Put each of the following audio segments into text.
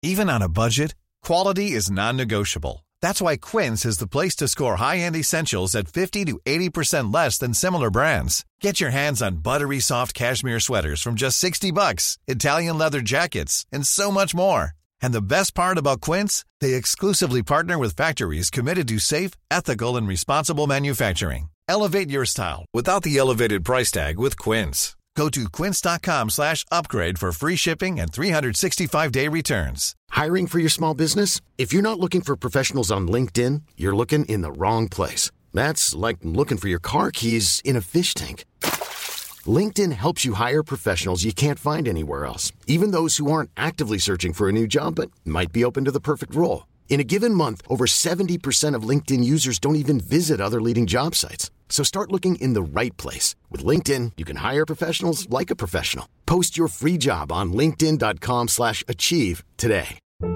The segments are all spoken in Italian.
Even on a budget, quality is non-negotiable. That's why Quince is the place to score high-end essentials at 50 to 80% less than similar brands. Get your hands on buttery soft cashmere sweaters from just $60, Italian leather jackets, and so much more. And the best part about Quince, they exclusively partner with factories committed to safe, ethical, and responsible manufacturing. Elevate your style without the elevated price tag with Quince. Go to quince.com/upgrade for free shipping and 365-day returns. Hiring for your small business? If you're not looking for professionals on LinkedIn, you're looking in the wrong place. That's like looking for your car keys in a fish tank. LinkedIn helps you hire professionals you can't find anywhere else, even those who aren't actively searching for a new job but might be open to the perfect role. In a given month, over 70% of LinkedIn users don't even visit other leading job sites. So start looking in the right place. With LinkedIn, you can hire professionals like a professional. Post your free job on linkedin.com/achieve today.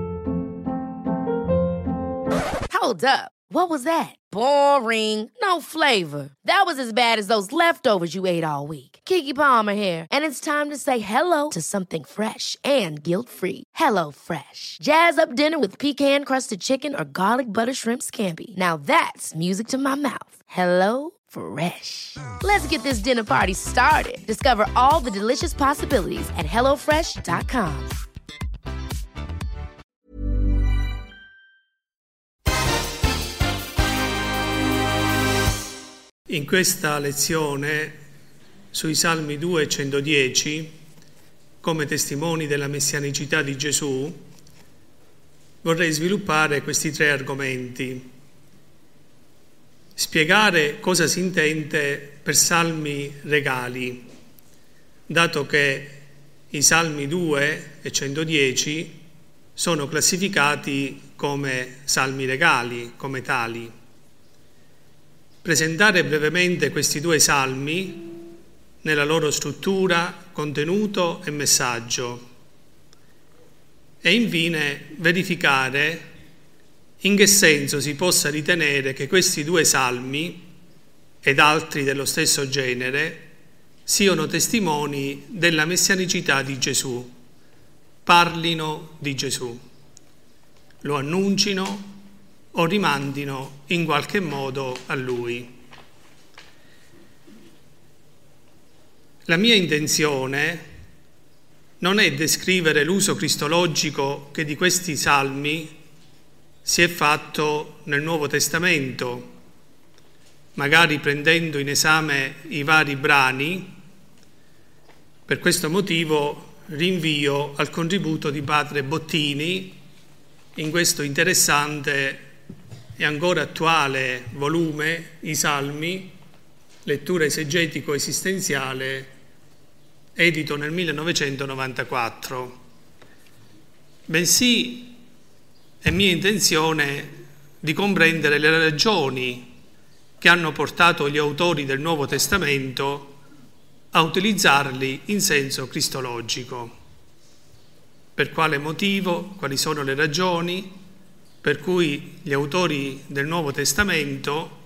Hold up. What was that? Boring. No flavor. That was as bad as those leftovers you ate all week. Keke Palmer here. And it's time to say hello to something fresh and guilt-free. Hello Fresh. Jazz up dinner with pecan-crusted chicken or garlic butter shrimp scampi. Now that's music to my mouth. Hello Fresh. Let's get this dinner party started. Discover all the delicious possibilities at hellofresh.com. In questa lezione sui Salmi 2 e 110, come testimoni della messianicità di Gesù, vorrei sviluppare questi 3 argomenti. Spiegare cosa si intende per salmi regali, dato che i Salmi 2 e 110 sono classificati come salmi regali, come tali. Presentare brevemente questi 2 salmi nella loro struttura, contenuto e messaggio. E infine verificare in che senso si possa ritenere che questi 2 salmi ed altri dello stesso genere siano testimoni della messianicità di Gesù, parlino di Gesù, lo annuncino o rimandino in qualche modo a Lui. La mia intenzione non è descrivere l'uso cristologico che di questi salmi si è fatto nel Nuovo Testamento, magari prendendo in esame i vari brani. Per questo motivo rinvio al contributo di padre Bottini in questo interessante e ancora attuale volume, I Salmi, lettura esegetico-esistenziale, edito nel 1994. Bensì è mia intenzione di comprendere le ragioni che hanno portato gli autori del Nuovo Testamento a utilizzarli in senso cristologico. Per quale motivo, quali sono le ragioni per cui gli autori del Nuovo Testamento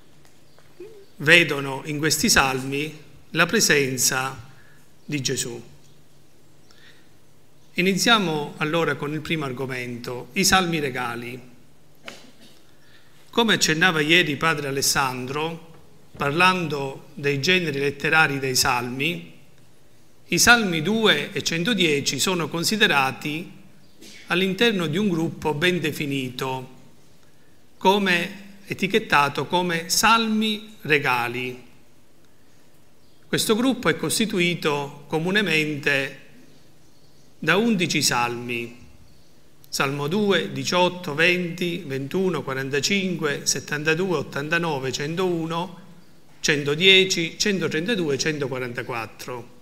vedono in questi salmi la presenza di Gesù. Iniziamo allora con il primo argomento, i salmi regali. Come accennava ieri padre Alessandro, parlando dei generi letterari dei salmi, i Salmi 2 e 110 sono considerati all'interno di un gruppo ben definito, come etichettato come salmi regali. Questo gruppo è costituito comunemente da 11 salmi, Salmo 2, 18, 20, 21, 45, 72, 89, 101, 110, 132 e 144.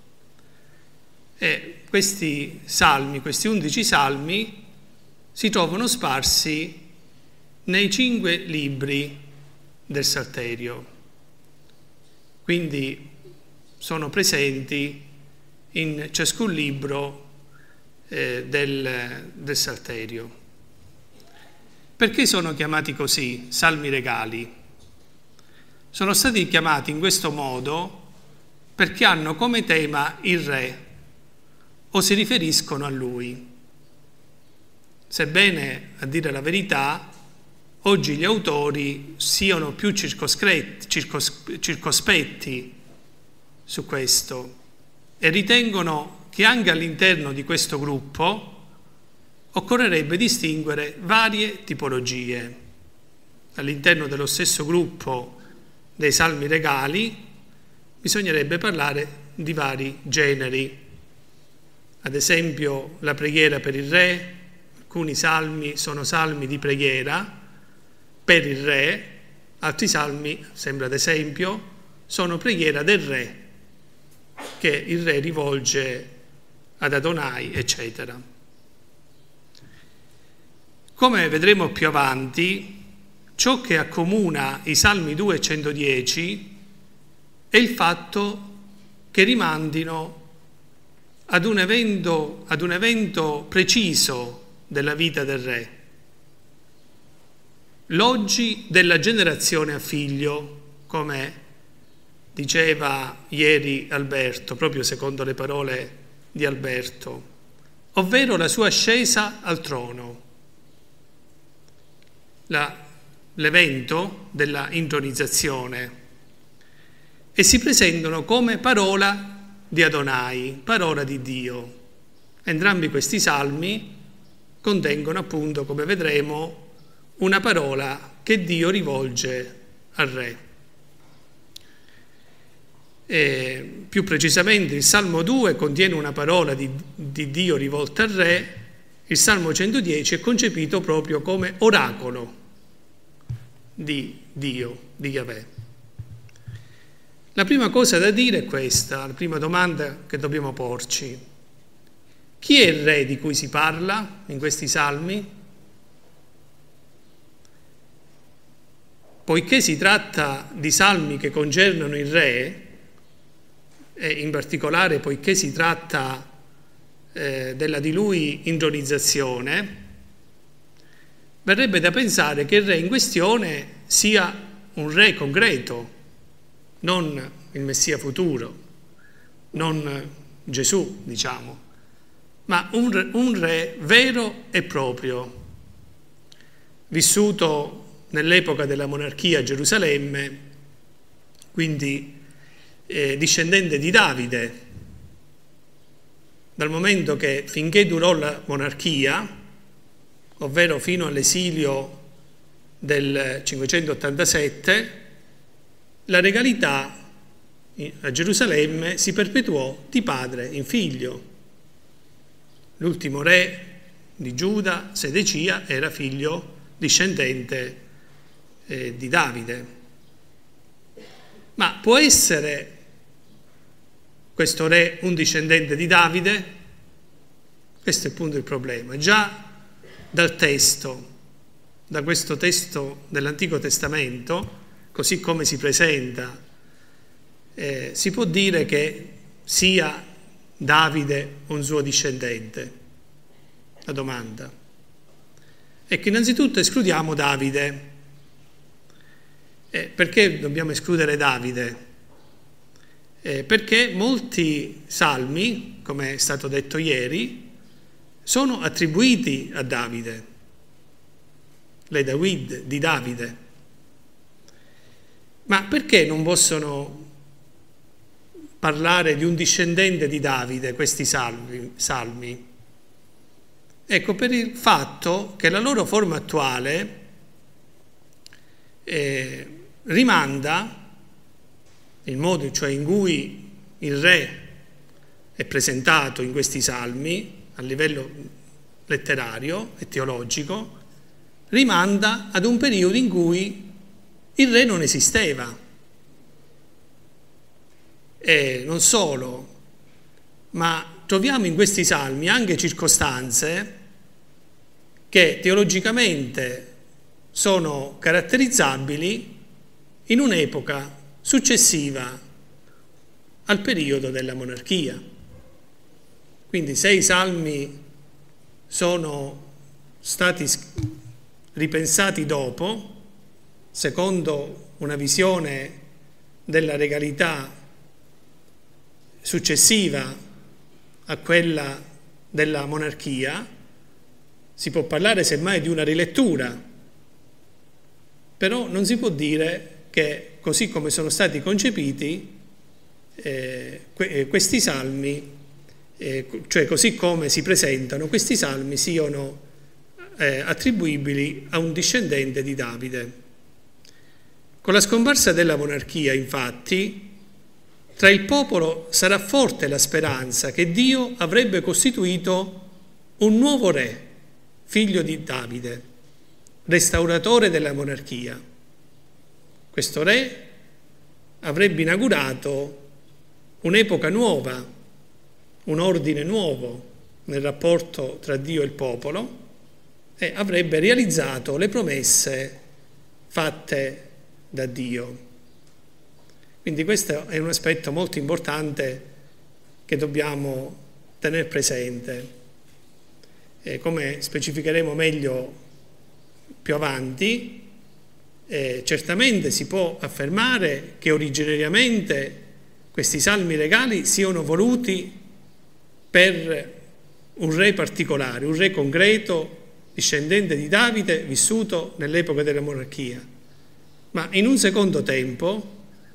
E questi salmi, questi 11 salmi, si trovano sparsi nei 5 libri del Salterio. Quindi sono presenti in ciascun libro del Salterio. Perché sono chiamati così, salmi regali? Sono stati chiamati in questo modo perché hanno come tema il Re, o si riferiscono a Lui. sebbene, a dire la verità, oggi gli autori siano più circospetti su questo e ritengono che anche all'interno di questo gruppo occorrerebbe distinguere varie tipologie. All'interno dello stesso gruppo dei salmi regali bisognerebbe parlare di vari generi. Ad esempio la preghiera per il re, alcuni salmi sono salmi di preghiera per il re, altri salmi, sembra ad esempio, sono preghiera del re, che il re rivolge ad Adonai, eccetera. Come vedremo più avanti, ciò che accomuna i Salmi 2 e 110 è il fatto che rimandino ad un evento preciso della vita del re, l'oggi della generazione a figlio, come diceva ieri Alberto, proprio secondo le parole di Alberto, ovvero la sua ascesa al trono. L'evento della intronizzazione, e si presentano come parola di Adonai, parola di Dio. Entrambi questi salmi contengono appunto, come vedremo, una parola che Dio rivolge al re. E più precisamente il Salmo 2 contiene una parola di Dio rivolta al re, il Salmo 110 è concepito proprio come oracolo di Dio, di Yahweh. La prima cosa da dire è questa, la prima domanda che dobbiamo porci. Chi è il re di cui si parla in questi salmi? Poiché si tratta di salmi che concernono il re, e in particolare poiché si tratta della di lui intronizzazione, verrebbe da pensare che il re in questione sia un re concreto, non il Messia futuro, non Gesù, diciamo, ma un re vero e proprio, vissuto nell'epoca della monarchia a Gerusalemme, quindi discendente di Davide, dal momento che finché durò la monarchia, ovvero fino all'esilio del 587, la regalità a Gerusalemme si perpetuò di padre in figlio. L'ultimo re di Giuda, Sedecia, era figlio discendente di Davide. Ma può essere questo re un discendente di Davide? Questo è appunto il problema. Già dal testo, da questo testo dell'Antico Testamento, così come si presenta, si può dire che sia Davide un suo discendente. La domanda è che innanzitutto escludiamo Davide. Perché dobbiamo escludere Davide? Perché molti salmi, come è stato detto ieri, sono attribuiti a Davide, le David di Davide. Ma perché non possono parlare di un discendente di Davide questi salmi? Ecco, per il fatto che la loro forma attuale rimanda, il modo cioè in cui il re è presentato in questi salmi a livello letterario e teologico, rimanda ad un periodo in cui il re non esisteva. E non solo, ma troviamo in questi salmi anche circostanze che teologicamente sono caratterizzabili in un'epoca successiva al periodo della monarchia. Quindi se i salmi sono stati ripensati dopo, secondo una visione della regalità successiva a quella della monarchia, Si può parlare semmai di una rilettura, però non si può dire che così come sono stati concepiti questi salmi, cioè così come si presentano, questi salmi siano attribuibili a un discendente di Davide. Con la scomparsa della monarchia, infatti, tra il popolo sarà forte la speranza che Dio avrebbe costituito un nuovo re, figlio di Davide, restauratore della monarchia. Questo re avrebbe inaugurato un'epoca nuova, un ordine nuovo nel rapporto tra Dio e il popolo e avrebbe realizzato le promesse fatte da Dio. Quindi questo è un aspetto molto importante che dobbiamo tenere presente. Come specificheremo meglio più avanti, certamente si può affermare che originariamente questi salmi regali siano voluti per un re particolare, un re concreto, discendente di Davide, vissuto nell'epoca della monarchia. Ma in un secondo tempo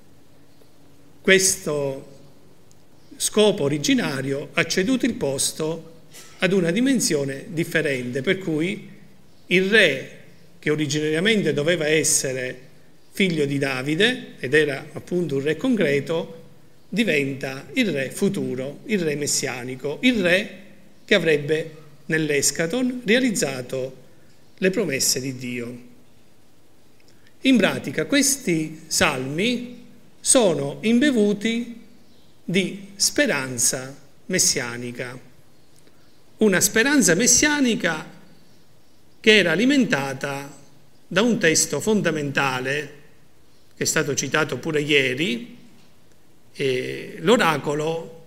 questo scopo originario ha ceduto il posto ad una dimensione differente, per cui il re, che originariamente doveva essere figlio di Davide, ed era appunto un re concreto, diventa il re futuro, il re messianico, il re che avrebbe nell'eschaton realizzato le promesse di Dio. In pratica questi salmi sono imbevuti di speranza messianica, una speranza messianica che era alimentata da un testo fondamentale che è stato citato pure ieri, l'oracolo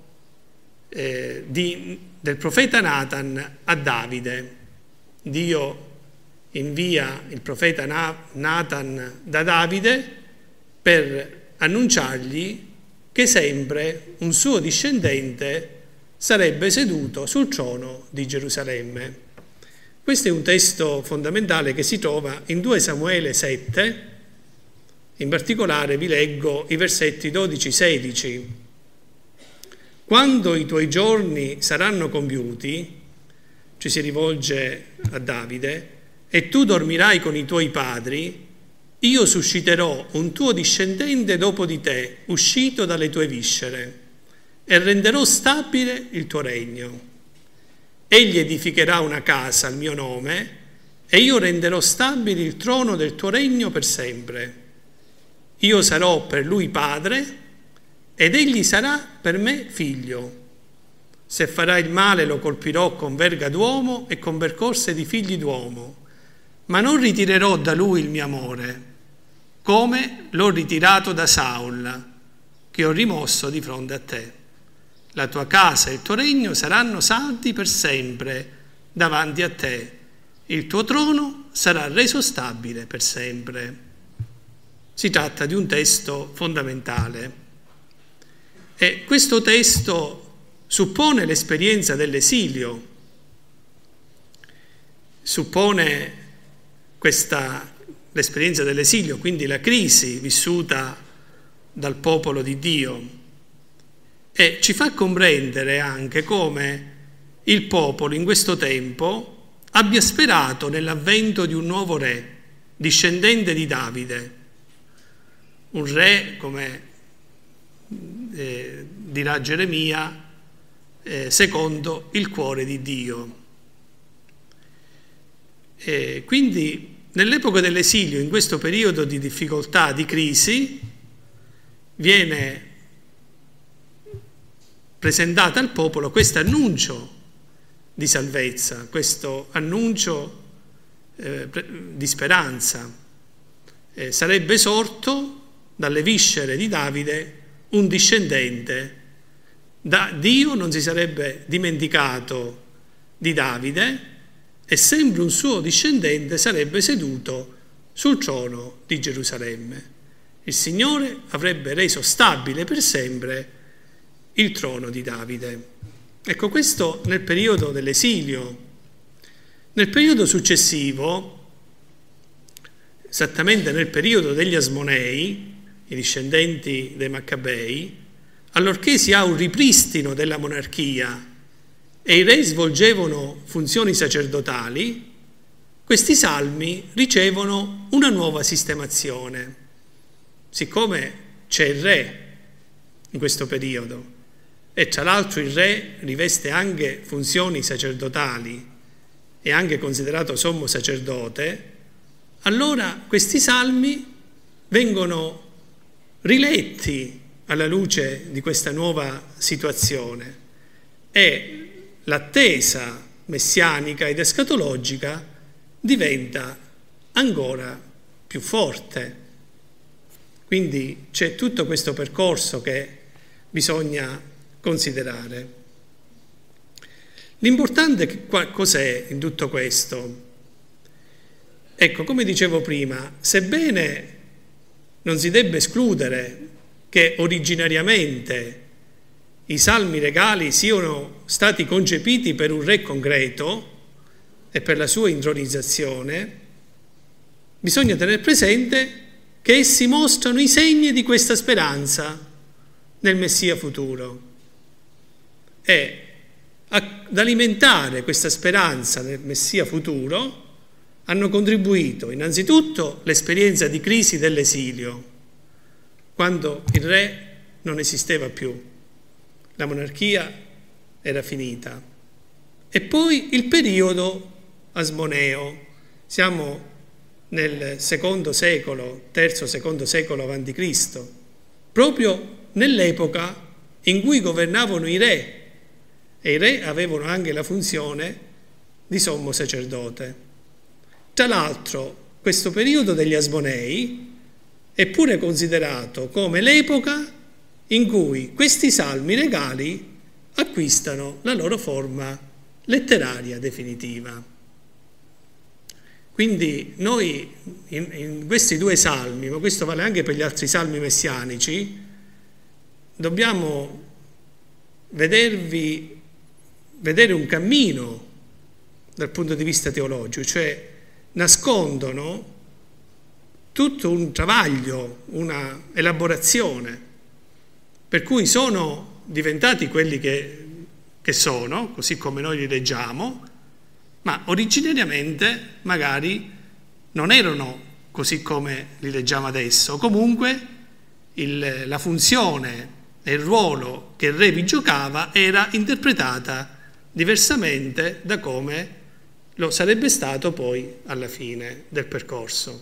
del profeta Natan a Davide. Dio invia il profeta Natan da Davide per annunciargli che sempre un suo discendente sarebbe seduto sul trono di Gerusalemme. Questo è un testo fondamentale che si trova in 2 Samuele 7, in particolare vi leggo i versetti 12-16. Quando i tuoi giorni saranno compiuti, ci si rivolge a Davide, e tu dormirai con i tuoi padri, io susciterò un tuo discendente dopo di te, uscito dalle tue viscere, e renderò stabile il tuo regno. Egli edificherà una casa al mio nome, e io renderò stabile il trono del tuo regno per sempre. Io sarò per lui padre, ed egli sarà per me figlio. Se farà il male lo colpirò con verga d'uomo e con percorse di figli d'uomo, ma non ritirerò da lui il mio amore, come l'ho ritirato da Saul, che ho rimosso di fronte a te. La tua casa e il tuo regno saranno saldi per sempre davanti a te. Il tuo trono sarà reso stabile per sempre. Si tratta di un testo fondamentale. E questo testo suppone l'esperienza dell'esilio, suppone l'esperienza dell'esilio, quindi la crisi vissuta dal popolo di Dio, e ci fa comprendere anche come il popolo in questo tempo abbia sperato nell'avvento di un nuovo re, discendente di Davide, un re, come dirà Geremia, secondo il cuore di Dio. E quindi nell'epoca dell'esilio, in questo periodo di difficoltà, di crisi, viene presentato al popolo questo annuncio di salvezza, questo annuncio di speranza. Sarebbe sorto dalle viscere di Davide un discendente. Dio non si sarebbe dimenticato di Davide e sempre un suo discendente sarebbe seduto sul trono di Gerusalemme. Il Signore avrebbe reso stabile per sempre il trono di Davide. Ecco, questo nel periodo dell'esilio. Nel periodo successivo, esattamente nel periodo degli Asmonei, i discendenti dei Maccabei, allorché si ha un ripristino della monarchia e i re svolgevano funzioni sacerdotali, questi salmi ricevono una nuova sistemazione. Siccome c'è il re in questo periodo e tra l'altro il re riveste anche funzioni sacerdotali, è anche considerato sommo sacerdote, allora questi salmi vengono riletti alla luce di questa nuova situazione e l'attesa messianica ed escatologica diventa ancora più forte. Quindi c'è tutto questo percorso che bisogna considerare. L'importante cos'è in tutto questo? Ecco, come dicevo prima, sebbene non si debba escludere che originariamente i salmi regali siano stati concepiti per un re concreto e per la sua intronizzazione, bisogna tenere presente che essi mostrano i segni di questa speranza nel Messia futuro e ad alimentare questa speranza nel Messia futuro hanno contribuito innanzitutto l'esperienza di crisi dell'esilio, quando il re non esisteva più, la monarchia era finita, e poi il periodo asmoneo. Siamo nel secondo secolo, terzo-secondo secolo avanti Cristo, proprio nell'epoca in cui governavano i re, e i re avevano anche la funzione di sommo sacerdote. Tra l'altro, questo periodo degli Asmonei è pure considerato come l'epoca in cui questi salmi regali acquistano la loro forma letteraria definitiva. Quindi noi in questi due salmi, ma questo vale anche per gli altri salmi messianici, dobbiamo vedere un cammino dal punto di vista teologico, cioè nascondono tutto un travaglio, una elaborazione, per cui sono diventati quelli che sono, così come noi li leggiamo, ma originariamente magari non erano così come li leggiamo adesso. Comunque la funzione e il ruolo che il re vi giocava era interpretata diversamente da come lo sarebbe stato poi alla fine del percorso.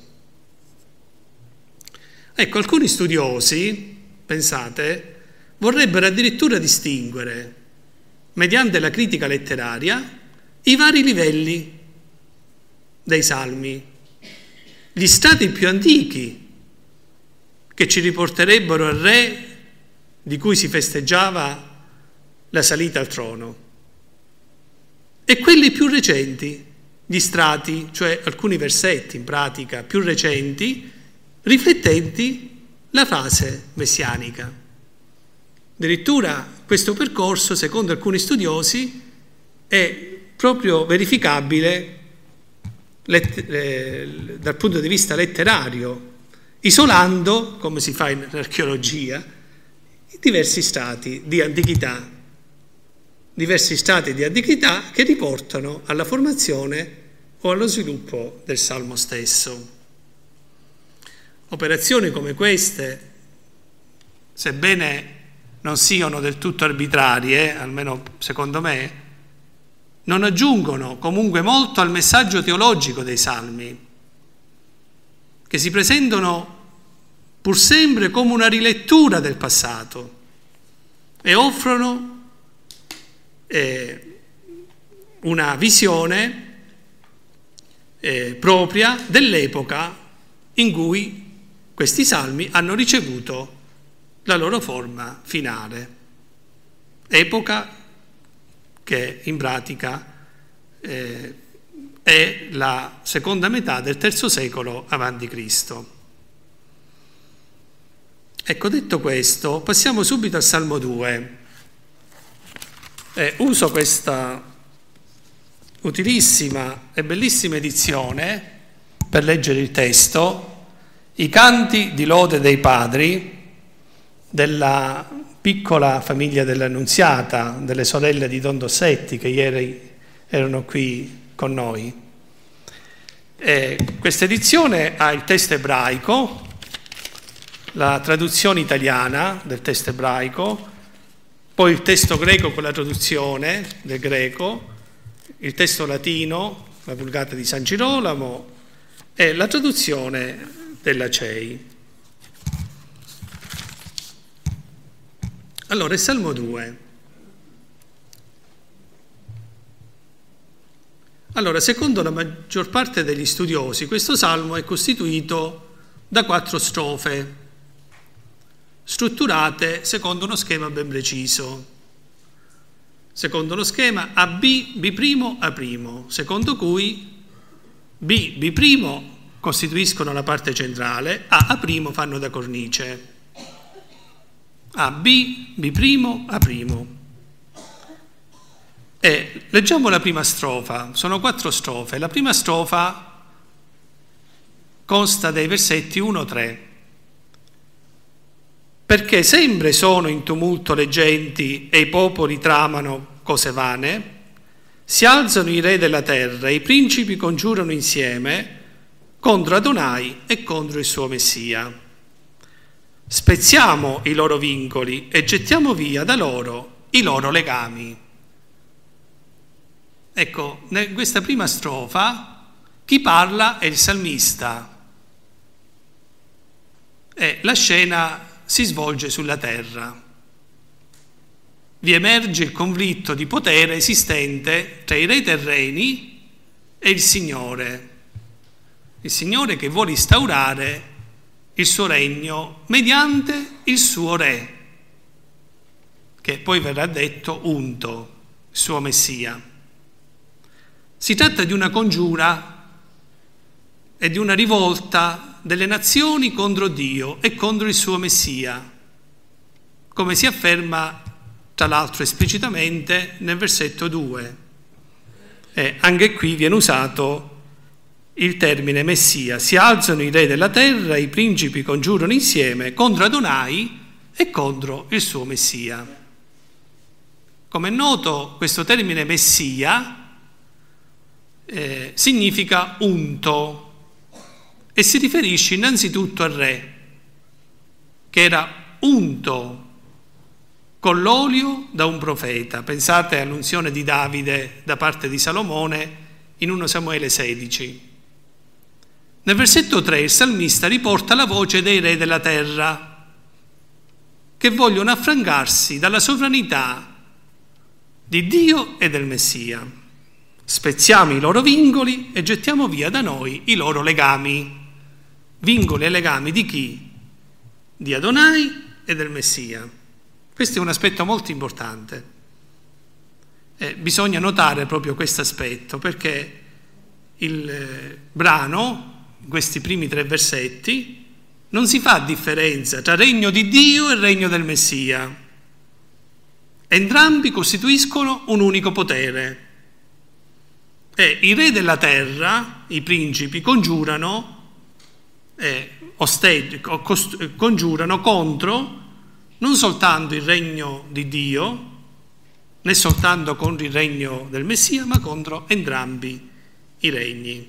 Ecco, alcuni studiosi, pensate, vorrebbero addirittura distinguere, mediante la critica letteraria, i vari livelli dei salmi, gli stati più antichi che ci riporterebbero al re di cui si festeggiava la salita al trono, e quelli più recenti, gli strati, cioè alcuni versetti in pratica più recenti, riflettenti la fase messianica. Addirittura questo percorso, secondo alcuni studiosi, è proprio verificabile dal punto di vista letterario, isolando, come si fa in archeologia, i diversi stati di antichità che riportano alla formazione o allo sviluppo del salmo stesso. Operazioni come queste, sebbene non siano del tutto arbitrarie, almeno secondo me, non aggiungono comunque molto al messaggio teologico dei salmi, che si presentano pur sempre come una rilettura del passato e offrono una visione propria dell'epoca in cui questi salmi hanno ricevuto la loro forma finale, epoca che in pratica è la seconda metà del terzo secolo avanti Cristo. Ecco, detto questo, passiamo subito al Salmo 2. Uso utilissima e bellissima edizione per leggere il testo, I canti di lode dei padri della piccola famiglia dell'Annunziata, delle sorelle di Don Dossetti che ieri erano qui con noi. Questa edizione ha il testo ebraico, la traduzione italiana del testo ebraico, poi il testo greco con la traduzione del greco, il testo latino, la Vulgata di San Girolamo e la traduzione della CEI. Allora, il Salmo 2. Allora, secondo la maggior parte degli studiosi, questo salmo è costituito da 4 strofe, strutturate secondo uno schema ben preciso. Secondo lo schema AB, B', A', secondo cui B, B' costituiscono la parte centrale, A' fanno da cornice. A, B', A'. E leggiamo la prima strofa, sono 4 strofe. La prima strofa consta dei versetti 1-3. Perché sempre sono in tumulto le genti e i popoli tramano cose vane, si alzano i re della terra e i principi congiurano insieme contro Adonai e contro il suo Messia. Spezziamo i loro vincoli e gettiamo via da loro i loro legami. Ecco, in questa prima strofa chi parla è il salmista e la scena si svolge sulla terra. Vi emerge il conflitto di potere esistente tra i re terreni e il Signore che vuole instaurare il suo regno mediante il suo re, che poi verrà detto unto, il suo Messia. Si tratta di una congiura e di una rivolta delle nazioni contro Dio e contro il suo Messia, come si afferma tra l'altro esplicitamente nel versetto 2. E anche qui viene usato il termine Messia. Si alzano i re della terra, i principi congiurano insieme contro Adonai e contro il suo Messia. Come è noto, questo termine Messia significa unto e si riferisce innanzitutto al re, che era unto con l'olio da un profeta. Pensate all'unzione di Davide da parte di Salomone in 1 Samuele 16. Nel versetto 3 il salmista riporta la voce dei re della terra che vogliono affrancarsi dalla sovranità di Dio e del Messia. Spezziamo i loro vincoli e gettiamo via da noi i loro legami. Vincoli e legami di chi? Di Adonai e del Messia. Questo è un aspetto molto importante. Bisogna notare proprio questo aspetto perché il brano, in questi primi 3 versetti, non si fa differenza tra regno di Dio e regno del Messia. Entrambi costituiscono un unico potere. E i re della terra, i principi, congiurano contro non soltanto il regno di Dio, né soltanto contro il regno del Messia, ma contro entrambi i regni.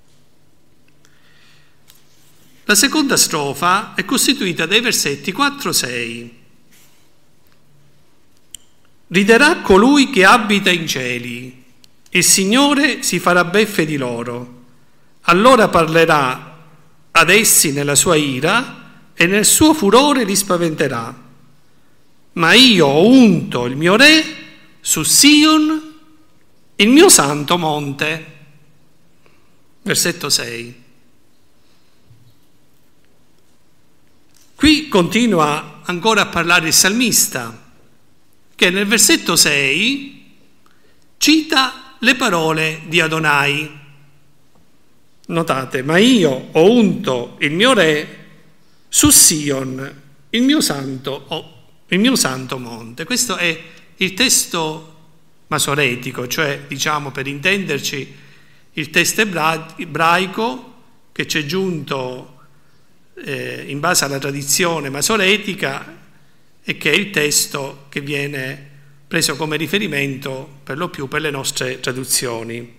La seconda strofa è costituita dai versetti 4-6. Riderà colui che abita in cieli, il Signore si farà beffe di loro, allora parlerà ad essi nella sua ira e nel suo furore li spaventerà. Ma io ho unto il mio re su Sion, il mio santo monte. Versetto 6. Qui continua ancora a parlare il salmista, che nel versetto 6 cita le parole di Adonai. Notate, ma io ho unto il mio re su Sion, il mio santo monte. Questo è il testo masoretico, cioè, diciamo, per intenderci, il testo ebraico che ci è giunto in base alla tradizione masoretica e che è il testo che viene preso come riferimento per lo più per le nostre traduzioni.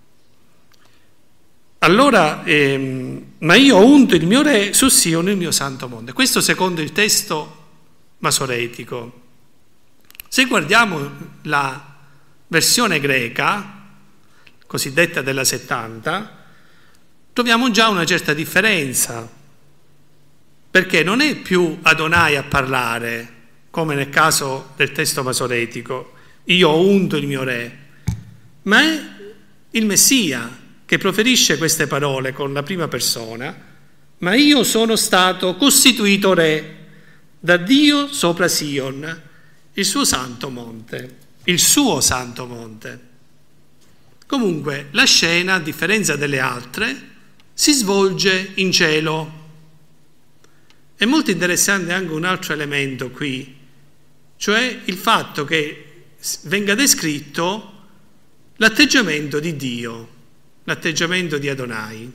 Allora, ma io ho unto il mio re su Sion, il mio santo monte. Questo secondo il testo masoretico. Se guardiamo la versione greca, cosiddetta della 70, troviamo già una certa differenza, perché non è più Adonai a parlare, come nel caso del testo masoretico, io ho unto il mio re, ma è il Messia che proferisce queste parole con la prima persona, ma io sono stato costituito re da Dio sopra Sion, il suo santo monte, il suo santo monte. Comunque la scena, a differenza delle altre, si svolge in cielo. È molto interessante anche un altro elemento qui, cioè il fatto che venga descritto l'atteggiamento di Dio, l'atteggiamento di Adonai.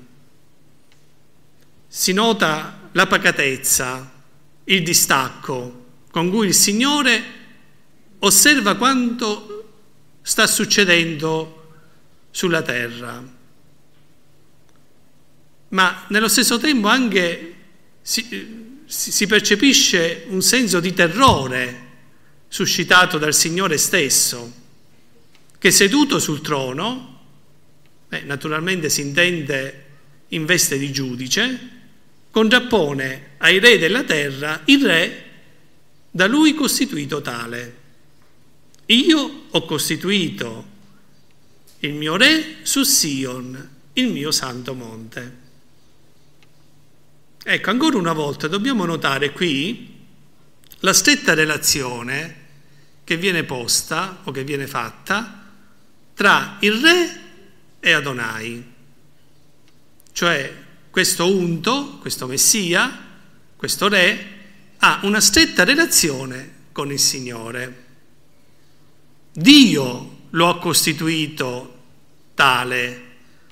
Si nota la pacatezza, il distacco con cui il Signore osserva quanto sta succedendo sulla terra, ma nello stesso tempo anche si percepisce un senso di terrore suscitato dal Signore stesso, che seduto sul trono, naturalmente si intende in veste di giudice, contrappone ai re della terra il re da lui costituito tale. Io ho costituito il mio re su Sion, il mio santo monte. Ecco, ancora una volta dobbiamo notare qui la stretta relazione che viene posta o che viene fatta tra il re e Adonai, cioè questo unto, questo Messia, questo re ha una stretta relazione con il Signore. Dio lo ha costituito tale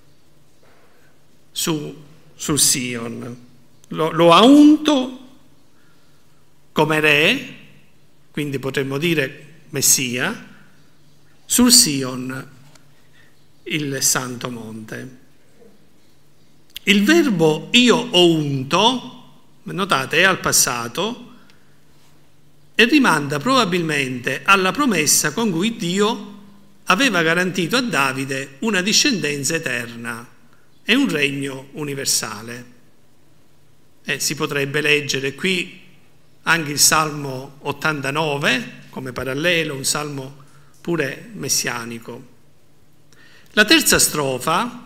sul Sion, lo ha unto come re, quindi potremmo dire Messia, sul Sion, il santo monte. Il verbo io ho unto, notate, è al passato e rimanda probabilmente alla promessa con cui Dio aveva garantito a Davide una discendenza eterna e un regno universale. Si potrebbe leggere qui anche il Salmo 89 come parallelo, un salmo pure messianico. La terza strofa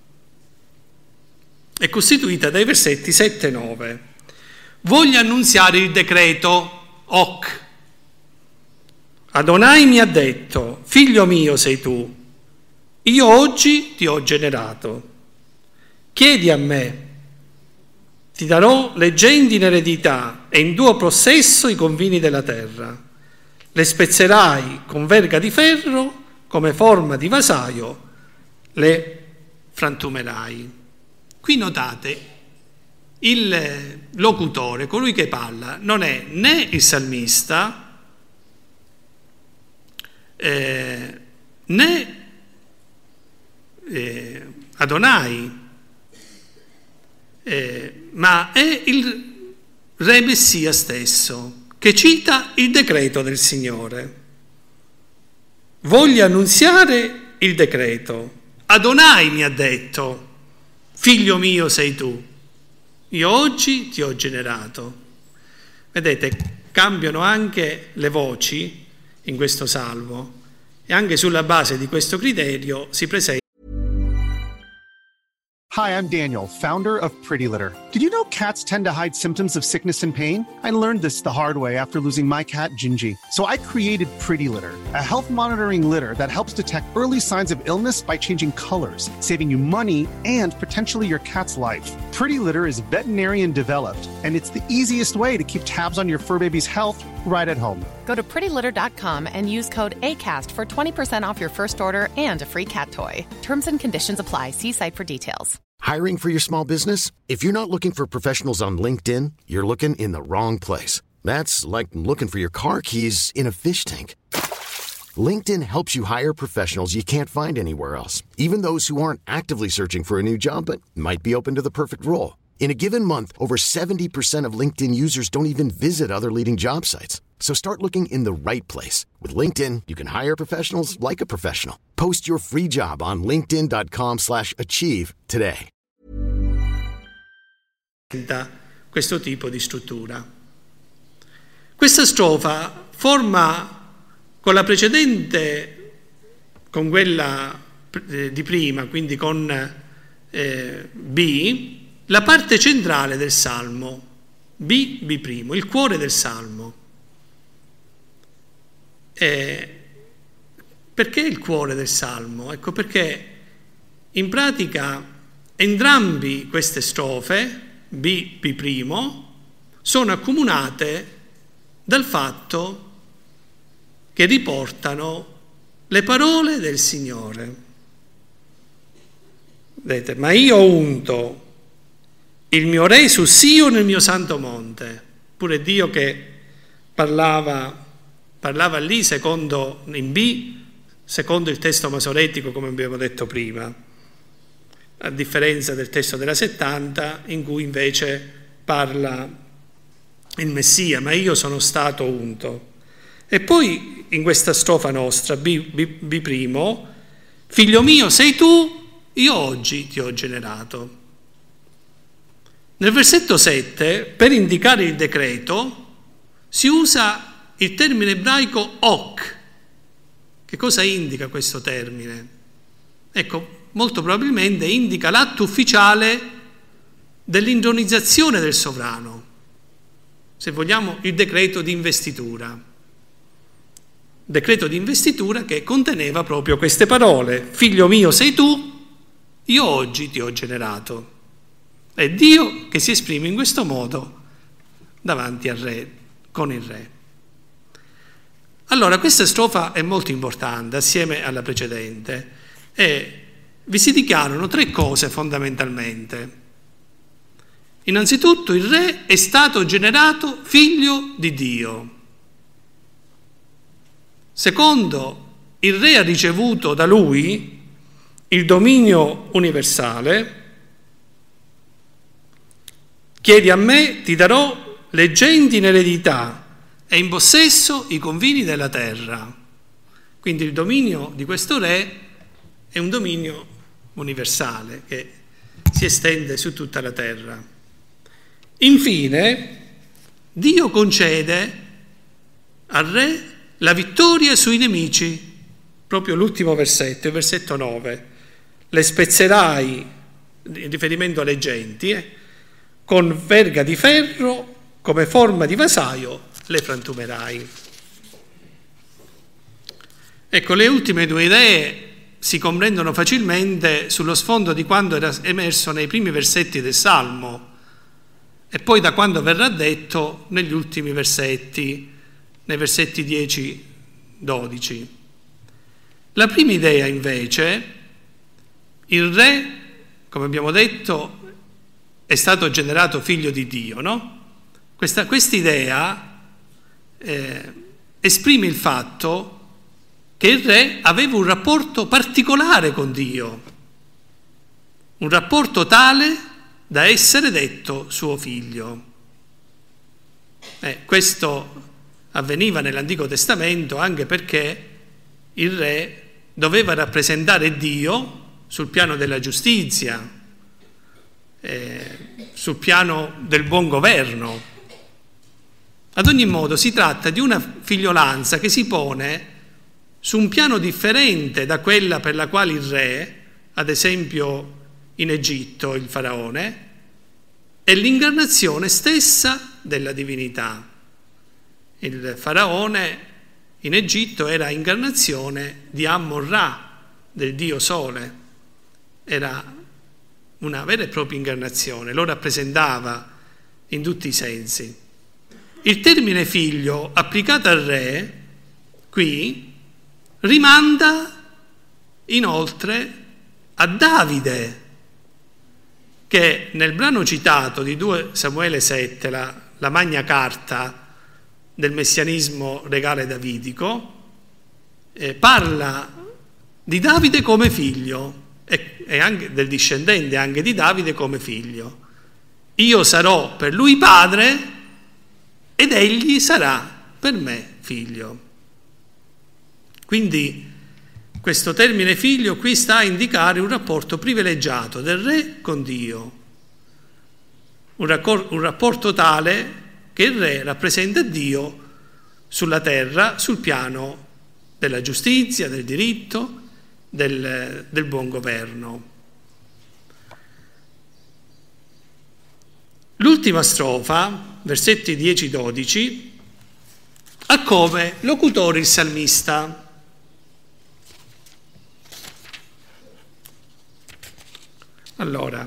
è costituita dai versetti 7 e 9. Voglio annunziare il decreto Hoc. Adonai mi ha detto, figlio mio sei tu, io oggi ti ho generato. Chiedi a me, ti darò le genti in eredità e in tuo possesso i confini della terra. Le spezzerai con verga di ferro, come forma di vasaio, le frantumerai. Qui notate, il locutore, colui che parla, non è né il salmista, né Adonai, ma è il re Messia stesso, che cita il decreto del Signore. Voglio annunziare il decreto. Adonai mi ha detto, figlio mio sei tu, io oggi ti ho generato. Vedete, cambiano anche le voci in questo salmo e anche sulla base di questo criterio si presenta. Hi, I'm Daniel, founder of Pretty Litter. Did you know cats tend to hide symptoms of sickness and pain? I learned this the hard way after losing my cat, Gingy. So I created Pretty Litter, a health monitoring litter that helps detect early signs of illness by changing colors, saving you money and potentially your cat's life. Pretty Litter is veterinarian developed, and it's the easiest way to keep tabs on your fur baby's health right at home. Go to prettylitter.com and use code ACAST for 20% off your first order and a free cat toy. Terms and conditions apply. See site for details. Hiring for your small business? If you're not looking for professionals on LinkedIn, you're looking in the wrong place. That's like looking for your car keys in a fish tank. LinkedIn helps you hire professionals you can't find anywhere else, even those who aren't actively searching for a new job but might be open to the perfect role. In a given month, over 70% of LinkedIn users don't even visit other leading job sites. So start looking in the right place. With LinkedIn, you can hire professionals like a professional. Post your free job on linkedin.com/achieve today. Questo tipo di struttura. Questa strofa forma con la precedente, con quella di prima, quindi con B, la parte centrale del Salmo, B', il cuore del Salmo. Perché il cuore del Salmo? Ecco perché in pratica entrambi queste strofe, B', sono accomunate dal fatto che riportano le parole del Signore. Vedete, ma io ho unto il mio re su Sion nel mio santo monte. Pure Dio che parlava lì in B, secondo il testo masoretico, come abbiamo detto prima, a differenza del testo della 70, in cui invece parla il Messia, ma io sono stato unto. E poi in questa strofa nostra, B', figlio mio sei tu, io oggi ti ho generato. Nel versetto 7, per indicare il decreto, si usa il termine ebraico ok. Che cosa indica questo termine? Ecco, molto probabilmente indica l'atto ufficiale dell'intronizzazione del sovrano, se vogliamo il decreto di investitura. Decreto di investitura che conteneva proprio queste parole: figlio mio sei tu, io oggi ti ho generato. È Dio che si esprime in questo modo davanti al re, con il re. Allora, questa strofa è molto importante assieme alla precedente e vi si dichiarano tre cose fondamentalmente. Innanzitutto, il re è stato generato figlio di Dio. Secondo, il re ha ricevuto da lui il dominio universale. Chiedi a me, ti darò le genti in eredità e in possesso i confini della terra. Quindi il dominio di questo re è un dominio universale che si estende su tutta la terra. Infine, Dio concede al re la vittoria sui nemici, proprio l'ultimo versetto, il versetto 9. Le spezzerai, in riferimento alle genti, con verga di ferro, come forma di vasaio, le frantumerai. Ecco, le ultime due idee si comprendono facilmente sullo sfondo di quanto era emerso nei primi versetti del Salmo e poi da quanto verrà detto negli ultimi versetti, nei versetti 10-12. La prima idea invece, il re, come abbiamo detto, è stato generato figlio di Dio, no? Questa idea esprime il fatto che il re aveva un rapporto particolare con Dio, un rapporto tale da essere detto suo figlio. Questo avveniva nell'Antico Testamento anche perché il re doveva rappresentare Dio sul piano della giustizia, sul piano del buon governo. Ad ogni modo si tratta di una figliolanza che si pone su un piano differente da quella per la quale il re, ad esempio in Egitto il faraone, è l'incarnazione stessa della divinità. Il faraone in Egitto era incarnazione di Ammon-Ra, del dio sole, era una vera e propria incarnazione, lo rappresentava in tutti i sensi. Il termine figlio applicato al re qui rimanda inoltre a Davide, che nel brano citato di 2 Samuele 7, la Magna Carta del messianismo regale davidico, parla di Davide come figlio e anche del discendente anche di Davide come figlio. Io sarò per lui padre ed egli sarà per me figlio. Quindi questo termine figlio qui sta a indicare un rapporto privilegiato del re con Dio, un rapporto tale che il re rappresenta Dio sulla terra, sul piano della giustizia, del diritto, del buon governo. L'ultima strofa, versetti 10-12, ha come locutore il salmista. Allora,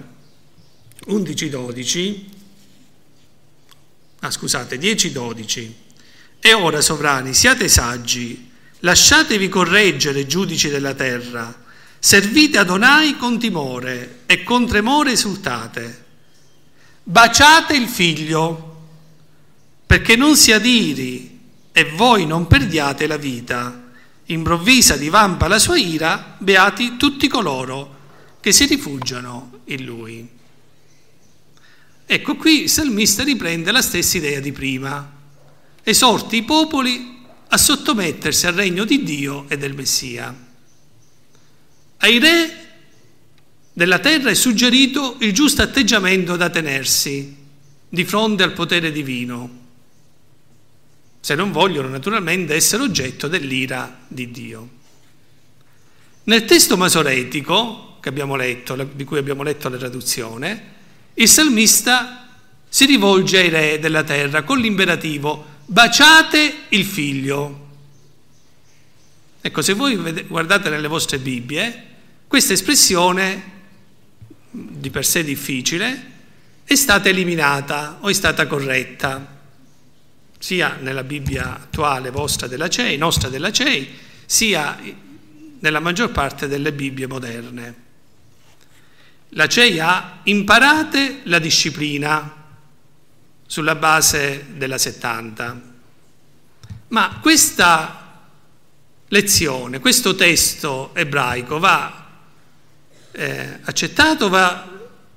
10-12. E ora, sovrani, siate saggi, lasciatevi correggere, giudici della terra, servite Adonai con timore e con tremore esultate. Baciate il figlio, perché non si adiri e voi non perdiate la vita. Improvvisa divampa la sua ira, beati tutti coloro che si rifugiano in lui. Ecco, qui il salmista riprende la stessa idea di prima. Esorti i popoli a sottomettersi al regno di Dio e del Messia. Ai re della terra è suggerito il giusto atteggiamento da tenersi di fronte al potere divino, se non vogliono naturalmente essere oggetto dell'ira di Dio. Nel testo masoretico che abbiamo letto, di cui abbiamo letto la traduzione, il salmista si rivolge ai re della terra con l'imperativo: baciate il figlio. Ecco, se voi guardate nelle vostre Bibbie, questa espressione, di per sé difficile, è stata eliminata o è stata corretta, sia nella Bibbia attuale vostra della CEI, nostra della CEI, sia nella maggior parte delle Bibbie moderne. La CEI ha imparate la disciplina sulla base della 70, ma questa lezione, questo testo ebraico va accettato, va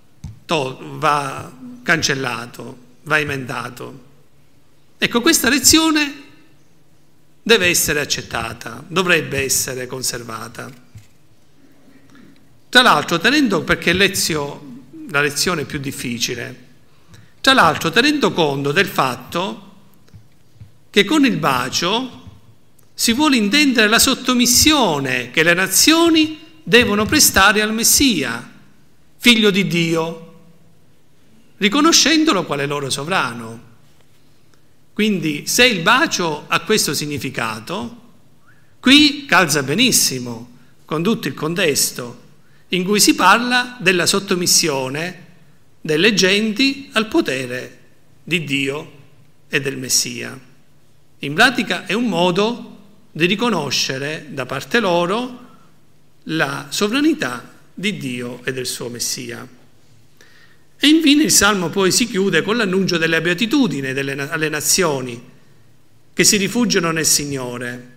cancellato, va emendato. Ecco, questa lezione deve essere accettata, dovrebbe essere conservata. Tra l'altro, perché la lezione è più difficile, tra l'altro tenendo conto del fatto che con il bacio si vuole intendere la sottomissione che le nazioni devono prestare al Messia, figlio di Dio, riconoscendolo quale loro sovrano. Quindi, se il bacio ha questo significato, qui calza benissimo con tutto il contesto in cui si parla della sottomissione delle genti al potere di Dio e del Messia. In pratica è un modo di riconoscere da parte loro la sovranità di Dio e del suo Messia. E infine il Salmo poi si chiude con l'annuncio delle beatitudini alle nazioni che si rifugiano nel Signore.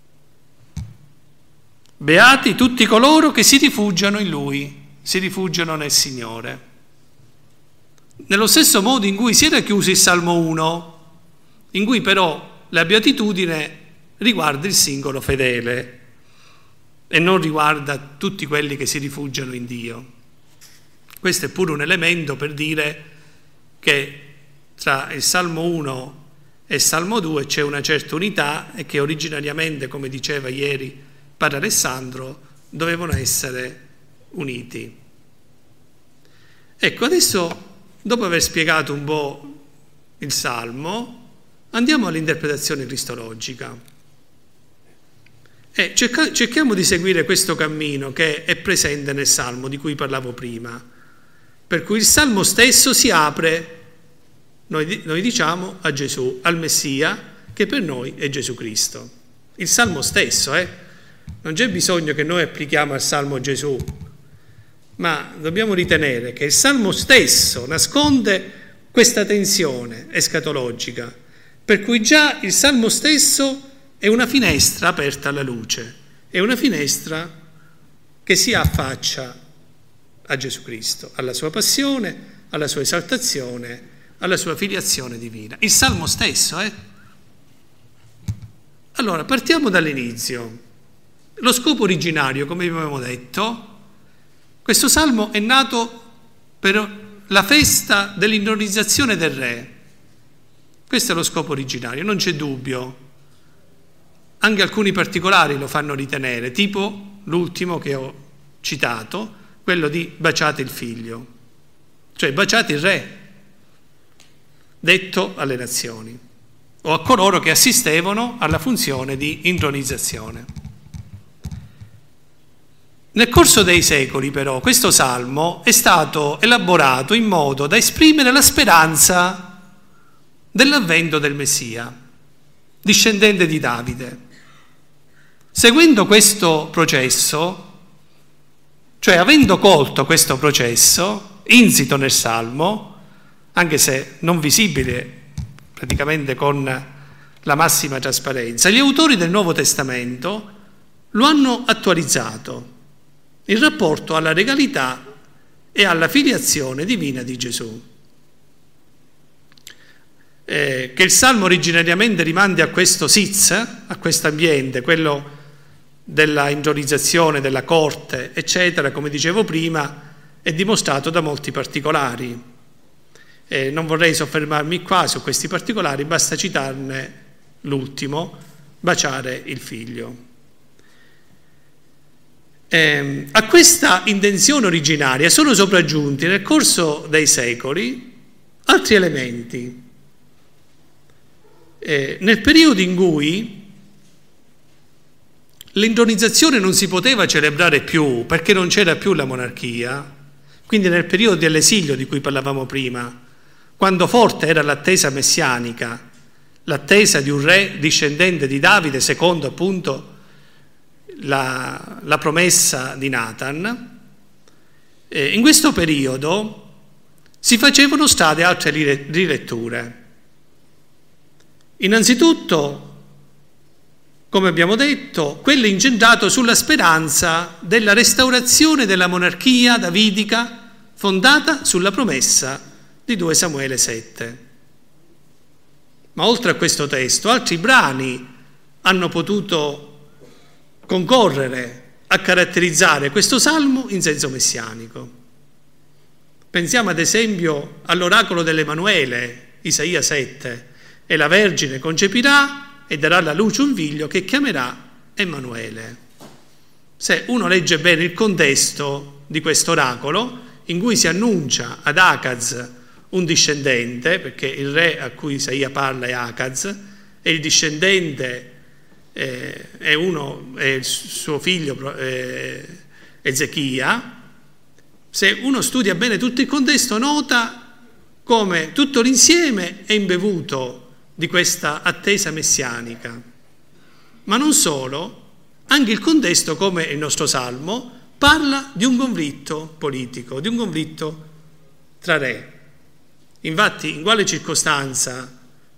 Beati tutti coloro che si rifugiano in Lui, si rifugiano nel Signore. Nello stesso modo in cui si era chiuso il Salmo 1, in cui però la beatitudine riguarda il singolo fedele e non riguarda tutti quelli che si rifugiano in Dio. Questo è pure un elemento per dire che tra il Salmo 1 e il Salmo 2 c'è una certa unità e che originariamente, come diceva ieri Padre Alessandro, dovevano essere uniti. Ecco, adesso, dopo aver spiegato un po' il Salmo, andiamo all'interpretazione cristologica. E cerchiamo di seguire questo cammino che è presente nel Salmo di cui parlavo prima. per cui il Salmo stesso si apre, noi diciamo, a Gesù, al Messia, che per noi è Gesù Cristo. Il Salmo stesso, non c'è bisogno che noi applichiamo al Salmo Gesù, ma dobbiamo ritenere che il Salmo stesso nasconde questa tensione escatologica, per cui già il Salmo stesso è una finestra aperta alla luce, è una finestra che si affaccia a Gesù Cristo, alla sua passione, alla sua esaltazione, alla sua filiazione divina. Il Salmo stesso, Allora, partiamo dall'inizio. Lo scopo originario, come abbiamo detto, questo Salmo è nato per la festa dell'intronizzazione del Re. Questo è lo scopo originario, non c'è dubbio. Anche alcuni particolari lo fanno ritenere, tipo l'ultimo che ho citato, quello di baciate il figlio, cioè baciate il Re, detto alle nazioni, o a coloro che assistevano alla funzione di intronizzazione. Nel corso dei secoli, però, questo salmo è stato elaborato in modo da esprimere la speranza dell'avvento del Messia, discendente di Davide. Seguendo questo processo, cioè avendo colto questo processo, insito nel salmo, anche se non visibile praticamente con la massima trasparenza, gli autori del Nuovo Testamento lo hanno attualizzato in rapporto alla regalità e alla filiazione divina di Gesù. Che il Salmo originariamente rimandi a questo sitz, a questo ambiente, quello della intronizzazione, della corte, eccetera, come dicevo prima, è dimostrato da molti particolari. Non vorrei soffermarmi qua su questi particolari, basta citarne l'ultimo, baciare il figlio. A questa intenzione originaria sono sopraggiunti nel corso dei secoli altri elementi. Nel periodo in cui l'intronizzazione non si poteva celebrare più perché non c'era più la monarchia, quindi nel periodo dell'esilio di cui parlavamo prima, quando forte era l'attesa messianica, l'attesa di un re discendente di Davide secondo appunto la promessa di Nathan, in questo periodo si facevano strade altre riletture. Innanzitutto, come abbiamo detto, quello incentrato sulla speranza della restaurazione della monarchia davidica fondata sulla promessa di 2 Samuele 7. Ma oltre a questo testo, altri brani hanno potuto concorrere a caratterizzare questo salmo in senso messianico. Pensiamo ad esempio all'oracolo dell'Emanuele, Isaia 7, e la Vergine concepirà e darà alla luce un figlio che chiamerà Emanuele. Se uno legge bene il contesto di questo oracolo, in cui si annuncia ad Acaz un discendente, perché il re a cui Isaia parla è Acaz, e il discendente è il suo figlio Ezechia. Se uno studia bene tutto il contesto, nota come tutto l'insieme è imbevuto di questa attesa messianica. Ma non solo, anche il contesto, come il nostro salmo, parla di un conflitto politico, di un conflitto tra re. Infatti, in quale circostanza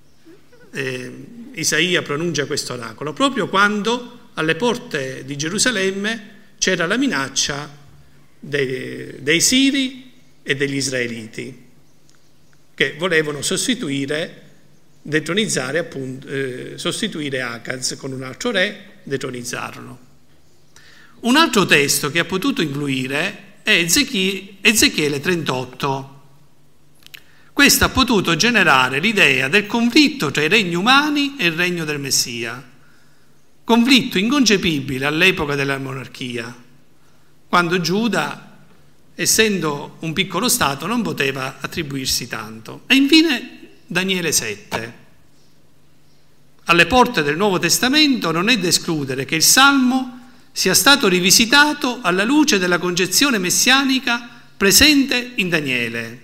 Isaia pronuncia questo oracolo? Proprio quando alle porte di Gerusalemme c'era la minaccia dei Siri e degli Israeliti, che volevano detronizzare appunto, sostituire Acaz con un altro re, detronizzarlo. Un altro testo che ha potuto influire è Ezechiele 38. Questo ha potuto generare l'idea del conflitto tra i regni umani e il regno del Messia, conflitto inconcepibile all'epoca della monarchia, quando Giuda, essendo un piccolo stato, non poteva attribuirsi tanto. E infine Daniele 7. Alle porte del Nuovo Testamento non è da escludere che il Salmo sia stato rivisitato alla luce della concezione messianica presente in Daniele.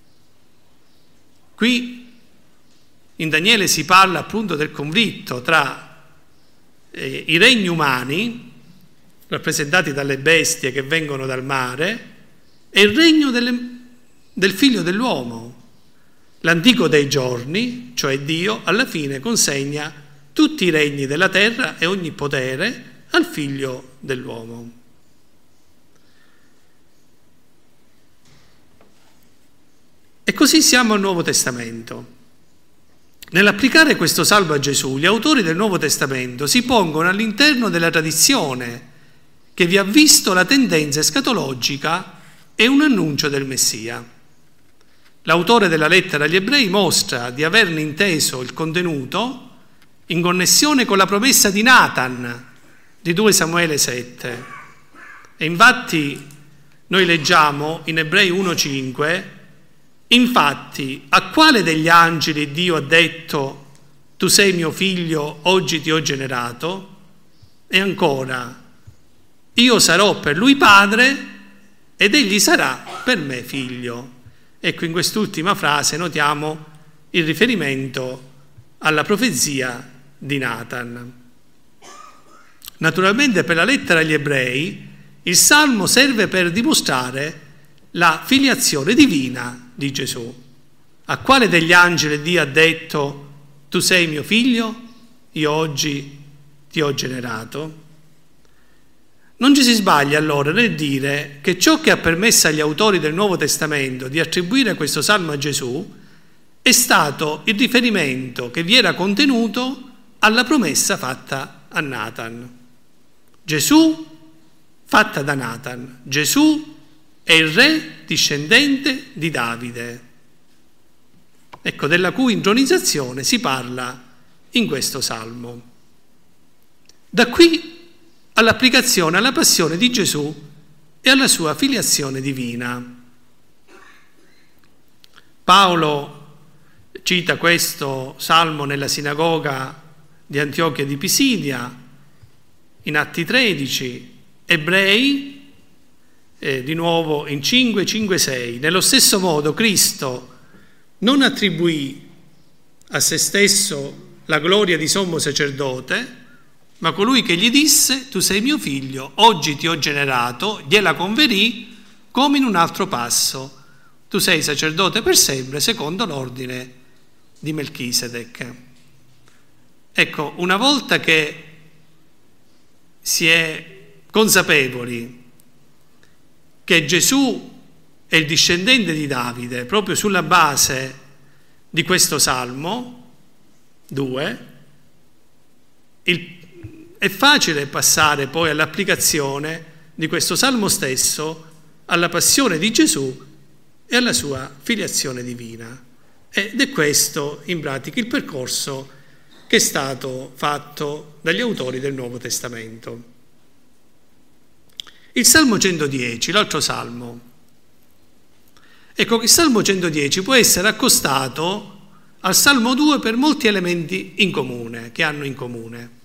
Qui in Daniele si parla appunto del conflitto tra i regni umani, rappresentati dalle bestie che vengono dal mare, e il regno del figlio dell'uomo. L'antico dei giorni, cioè Dio, alla fine consegna tutti i regni della terra e ogni potere al figlio dell'uomo. E così siamo al Nuovo Testamento. Nell'applicare questo salmo a Gesù, gli autori del Nuovo Testamento si pongono all'interno della tradizione che vi ha visto la tendenza escatologica e un annuncio del Messia. L'autore della lettera agli Ebrei mostra di averne inteso il contenuto in connessione con la promessa di Natan di 2 Samuele 7. E infatti noi leggiamo in Ebrei 1,5: infatti a quale degli angeli Dio ha detto tu sei mio figlio, oggi ti ho generato? E ancora, io sarò per lui padre ed egli sarà per me figlio. Ecco, in quest'ultima frase notiamo il riferimento alla profezia di Natan. Naturalmente per la lettera agli Ebrei il Salmo serve per dimostrare la filiazione divina di Gesù. A quale degli angeli Dio ha detto tu sei mio figlio, io oggi ti ho generato? Non ci si sbaglia allora nel dire che ciò che ha permesso agli autori del Nuovo Testamento di attribuire questo salmo a Gesù è stato il riferimento che vi era contenuto alla promessa fatta a Natan. Gesù fatta da Natan. Gesù è il re discendente di Davide. Ecco, della cui intronizzazione si parla in questo salmo. Da qui all'applicazione alla passione di Gesù e alla sua filiazione divina. Paolo cita questo salmo nella sinagoga di Antiochia di Pisidia, in Atti 13, Ebrei, di nuovo in 5:6. Nello stesso modo Cristo non attribuì a se stesso la gloria di sommo sacerdote, ma colui che gli disse tu sei mio figlio, oggi ti ho generato, gliela conferì come in un altro passo. Tu sei sacerdote per sempre secondo l'ordine di Melchisedec. Ecco, una volta che si è consapevoli che Gesù è il discendente di Davide, proprio sulla base di questo Salmo 2, è facile passare poi all'applicazione di questo Salmo stesso alla passione di Gesù e alla sua filiazione divina. Ed è questo, in pratica, il percorso che è stato fatto dagli autori del Nuovo Testamento. Il Salmo 110, l'altro Salmo. Ecco, il Salmo 110 può essere accostato al Salmo 2 per molti elementi in comune, che hanno in comune.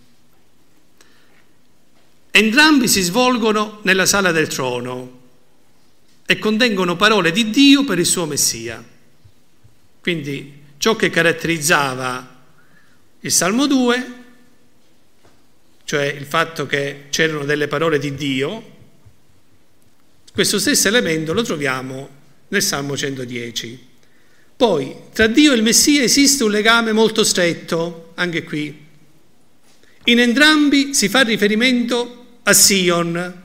Entrambi si svolgono nella sala del trono e contengono parole di Dio per il suo Messia. Quindi ciò che caratterizzava il Salmo 2, cioè il fatto che c'erano delle parole di Dio, questo stesso elemento lo troviamo nel Salmo 110. Poi, tra Dio e il Messia esiste un legame molto stretto, anche qui. In entrambi si fa riferimento a Sion.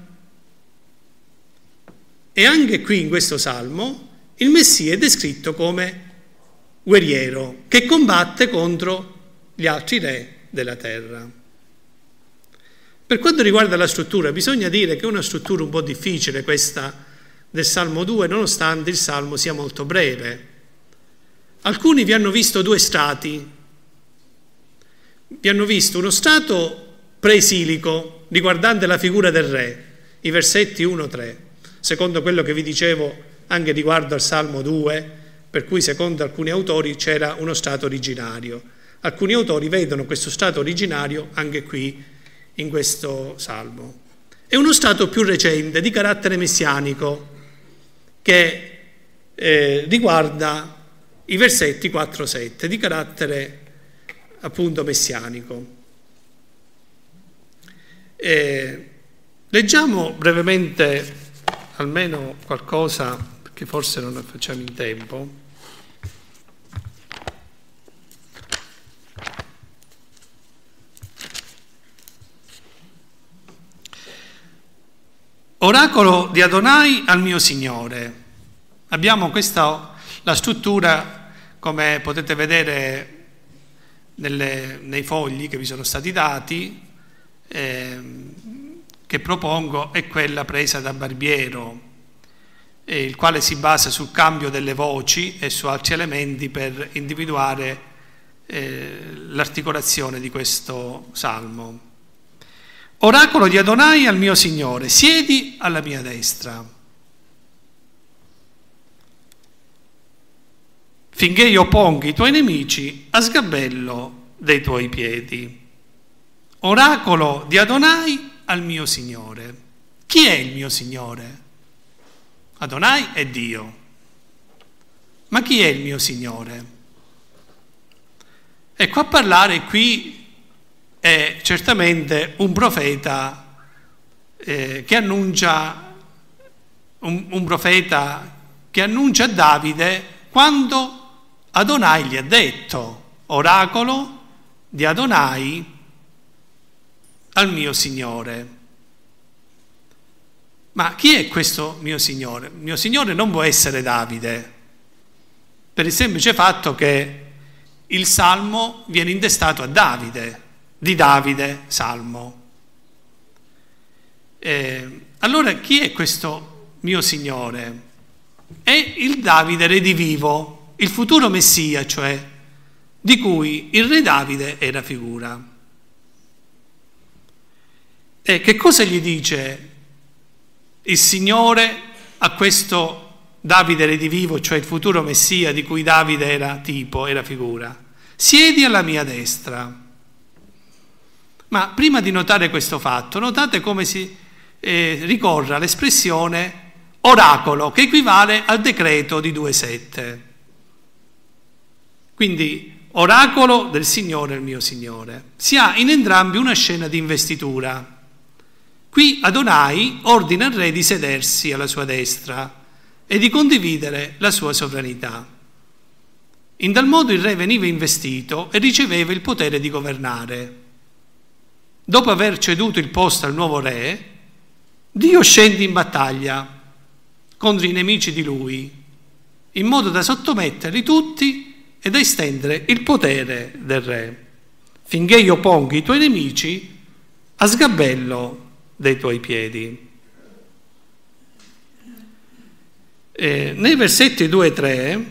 E anche qui in questo Salmo il Messia è descritto come guerriero che combatte contro gli altri re della terra. Per quanto riguarda la struttura, bisogna dire che è una struttura un po' difficile questa del Salmo 2, nonostante il Salmo sia molto breve. Alcuni vi hanno visto due strati. Vi hanno visto uno strato preesilico riguardante la figura del re, i versetti 1-3, secondo quello che vi dicevo anche riguardo al Salmo 2, per cui secondo alcuni autori c'era uno strato originario. Alcuni autori vedono questo strato originario anche qui in questo Salmo. È uno strato più recente, di carattere messianico, che riguarda i versetti 4-7 di carattere appunto messianico. Leggiamo brevemente almeno qualcosa, perché forse non lo facciamo in tempo. Oracolo di Adonai al mio Signore. Abbiamo questa la struttura, come potete vedere nei fogli che vi sono stati dati, che propongo, è quella presa da Barbiero, il quale si basa sul cambio delle voci e su altri elementi per individuare l'articolazione di questo salmo. Oracolo di Adonai al mio Signore, siedi alla mia destra, finché io ponga i tuoi nemici a sgabello dei tuoi piedi. Oracolo di Adonai al mio Signore. Chi è il mio Signore? Adonai è Dio. Ma chi è il mio Signore? Ecco, a parlare qui è certamente un profeta che annuncia un profeta che annuncia a Davide quando Adonai gli ha detto: oracolo di Adonai al mio Signore. Ma chi è questo mio Signore? Il mio Signore non può essere Davide, per il semplice fatto che il salmo viene intestato a Davide, di Davide salmo. Allora chi è questo mio Signore? È il Davide redivivo, il futuro Messia, cioè, di cui il re Davide era figura. E che cosa gli dice il Signore a questo Davide redivivo, cioè il futuro Messia di cui Davide era tipo, era figura? Siedi alla mia destra. Ma prima di notare questo fatto, notate come si ricorre all'espressione oracolo, che equivale al decreto di 2,7. Quindi oracolo del Signore, il mio Signore. Si ha in entrambi una scena di investitura. Qui Adonai ordina al re di sedersi alla sua destra e di condividere la sua sovranità. In tal modo il re veniva investito e riceveva il potere di governare. Dopo aver ceduto il posto al nuovo re, Dio scende in battaglia contro i nemici di lui, in modo da sottometterli tutti e da estendere il potere del re, finché io ponga i tuoi nemici a sgabello dei tuoi piedi. Nei versetti 2 e 3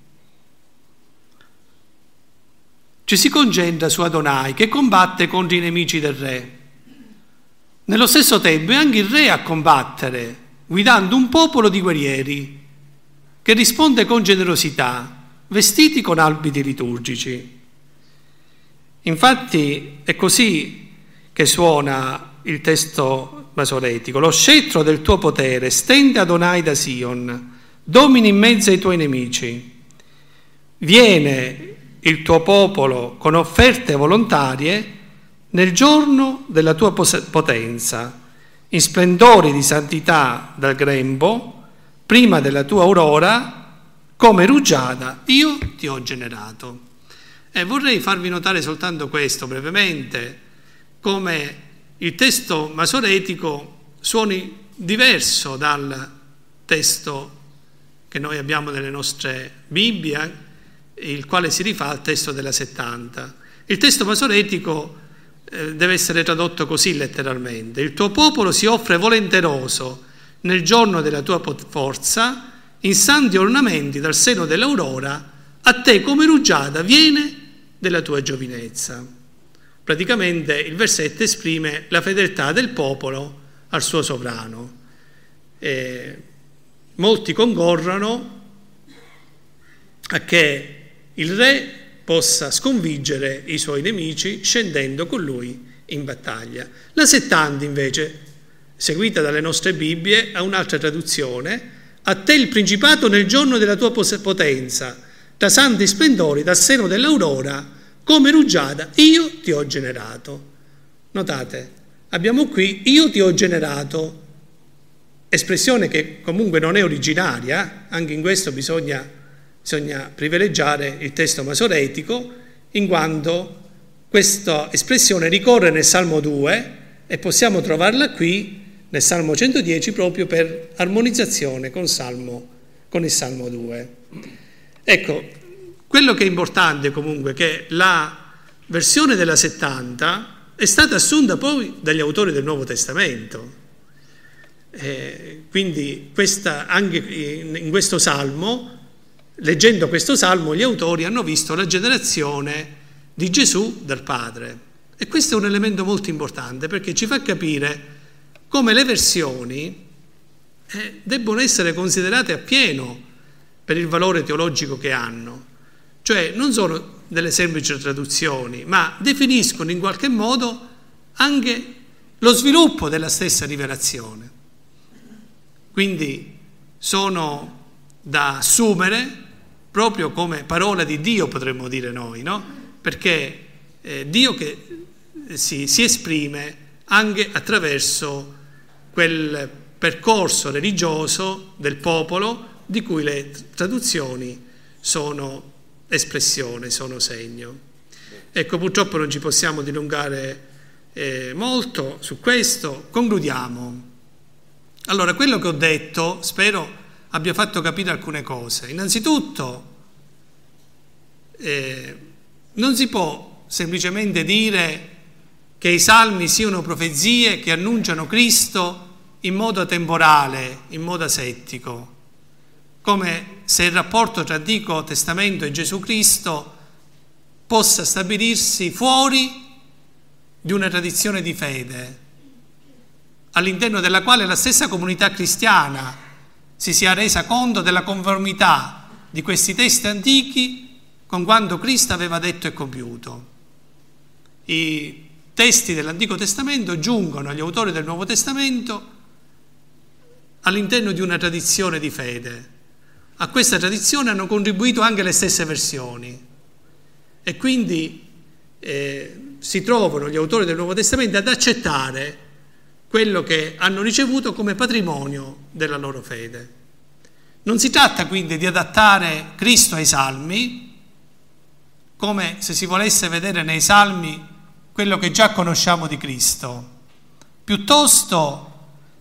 ci si concentra su Adonai che combatte contro i nemici del re. Nello stesso tempo è anche il re a combattere, guidando un popolo di guerrieri che risponde con generosità, vestiti con abiti liturgici. Infatti è così che suona il testo masoretico: lo scettro del tuo potere stende Adonai da Sion, domini in mezzo ai tuoi nemici. Viene il tuo popolo con offerte volontarie nel giorno della tua potenza, in splendori di santità dal grembo, prima della tua aurora, come rugiada io ti ho generato. E vorrei farvi notare soltanto questo brevemente, come il testo masoretico suoni diverso dal testo che noi abbiamo nelle nostre Bibbie, il quale si rifà al testo della 70. Il testo masoretico deve essere tradotto così letteralmente: il tuo popolo si offre volenteroso nel giorno della tua forza, in santi ornamenti dal seno dell'aurora, a te come rugiada viene della tua giovinezza. Praticamente il versetto esprime la fedeltà del popolo al suo sovrano. Molti concorrono a che il re possa sconfiggere i suoi nemici scendendo con lui in battaglia. La 70 invece, seguita dalle nostre Bibbie, ha un'altra traduzione: a te il principato nel giorno della tua potenza, da santi splendori, dal seno dell'aurora, come rugiada, io ti ho generato. Notate, abbiamo qui io ti ho generato, espressione che comunque non è originaria, anche in questo bisogna privilegiare il testo masoretico, in quanto questa espressione ricorre nel Salmo 2 e possiamo trovarla qui nel Salmo 110 proprio per armonizzazione con il Salmo 2. Ecco, quello che è importante comunque è che la versione della 70 è stata assunta poi dagli autori del Nuovo Testamento. Quindi anche in questo Salmo, leggendo questo Salmo, gli autori hanno visto la generazione di Gesù dal Padre. E questo è un elemento molto importante perché ci fa capire come le versioni debbono essere considerate appieno per il valore teologico che hanno. Cioè non sono delle semplici traduzioni, ma definiscono in qualche modo anche lo sviluppo della stessa rivelazione. Quindi sono da assumere proprio come parola di Dio, potremmo dire noi, no? Perché Dio che si esprime anche attraverso quel percorso religioso del popolo di cui le traduzioni sono espressione, sono segno. Ecco, purtroppo non ci possiamo dilungare molto su questo. Concludiamo. Allora, quello che ho detto spero abbia fatto capire alcune cose. Innanzitutto non si può semplicemente dire che i salmi siano profezie che annunciano Cristo in modo temporale, in modo asettico, come se il rapporto tra Antico Testamento e Gesù Cristo possa stabilirsi fuori di una tradizione di fede, all'interno della quale la stessa comunità cristiana si sia resa conto della conformità di questi testi antichi con quanto Cristo aveva detto e compiuto. I testi dell'Antico Testamento giungono agli autori del Nuovo Testamento all'interno di una tradizione di fede. A questa tradizione hanno contribuito anche le stesse versioni e quindi si trovano gli autori del Nuovo Testamento ad accettare quello che hanno ricevuto come patrimonio della loro fede. Non si tratta quindi di adattare Cristo ai Salmi, come se si volesse vedere nei Salmi quello che già conosciamo di Cristo. Piuttosto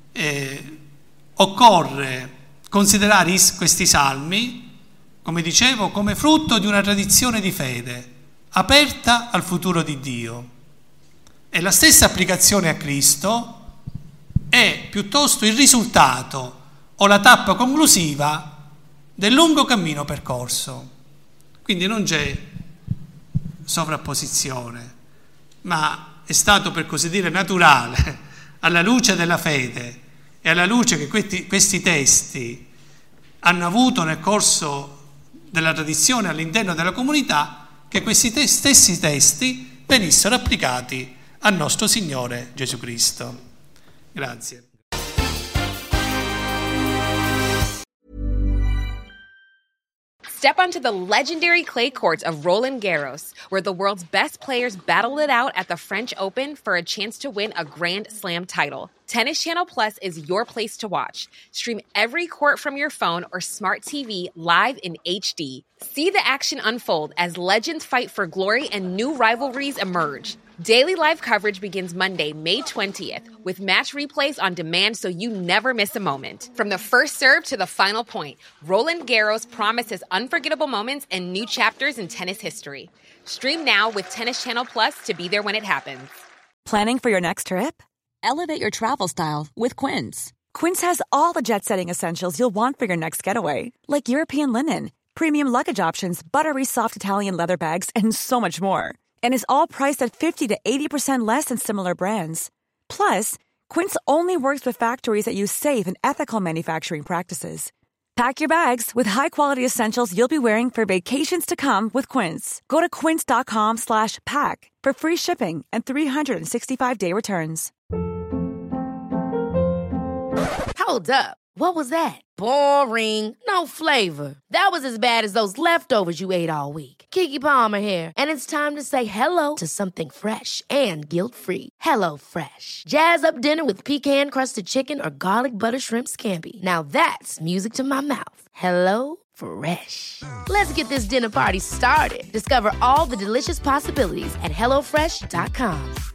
occorre considerare questi Salmi, come dicevo, come frutto di una tradizione di fede, aperta al futuro di Dio. E la stessa applicazione a Cristo è piuttosto il risultato o la tappa conclusiva del lungo cammino percorso. Quindi non c'è sovrapposizione, ma è stato, per così dire, naturale, alla luce della fede e alla luce che questi testi hanno avuto nel corso della tradizione all'interno della comunità, che questi stessi testi venissero applicati al nostro Signore Gesù Cristo. Grazie. Step onto the legendary clay courts of Roland Garros, where the world's best players battle it out at the French Open for a chance to win a Grand Slam title. Tennis Channel Plus is your place to watch. Stream every court from your phone or smart TV live in HD. See the action unfold as legends fight for glory and new rivalries emerge. Daily live coverage begins Monday, May 20th, with match replays on demand so you never miss a moment. From the first serve to the final point, Roland Garros promises unforgettable moments and new chapters in tennis history. Stream now with Tennis Channel Plus to be there when it happens. Planning for your next trip? Elevate your travel style with Quince. Quince has all the jet-setting essentials you'll want for your next getaway, like European linen, premium luggage options, buttery soft Italian leather bags, and so much more. And is all priced at 50 to 80% less than similar brands. Plus, Quince only works with factories that use safe and ethical manufacturing practices. Pack your bags with high-quality essentials you'll be wearing for vacations to come with Quince. Go to quince.com/pack for free shipping and 365-day returns. Hold up. What was that? Boring. No flavor. That was as bad as those leftovers you ate all week. Keke Palmer here, and it's time to say hello to something fresh and guilt-free. HelloFresh. Jazz up dinner with pecan-crusted chicken or garlic butter shrimp scampi. Now that's music to my mouth. HelloFresh. Let's get this dinner party started. Discover all the delicious possibilities at HelloFresh.com.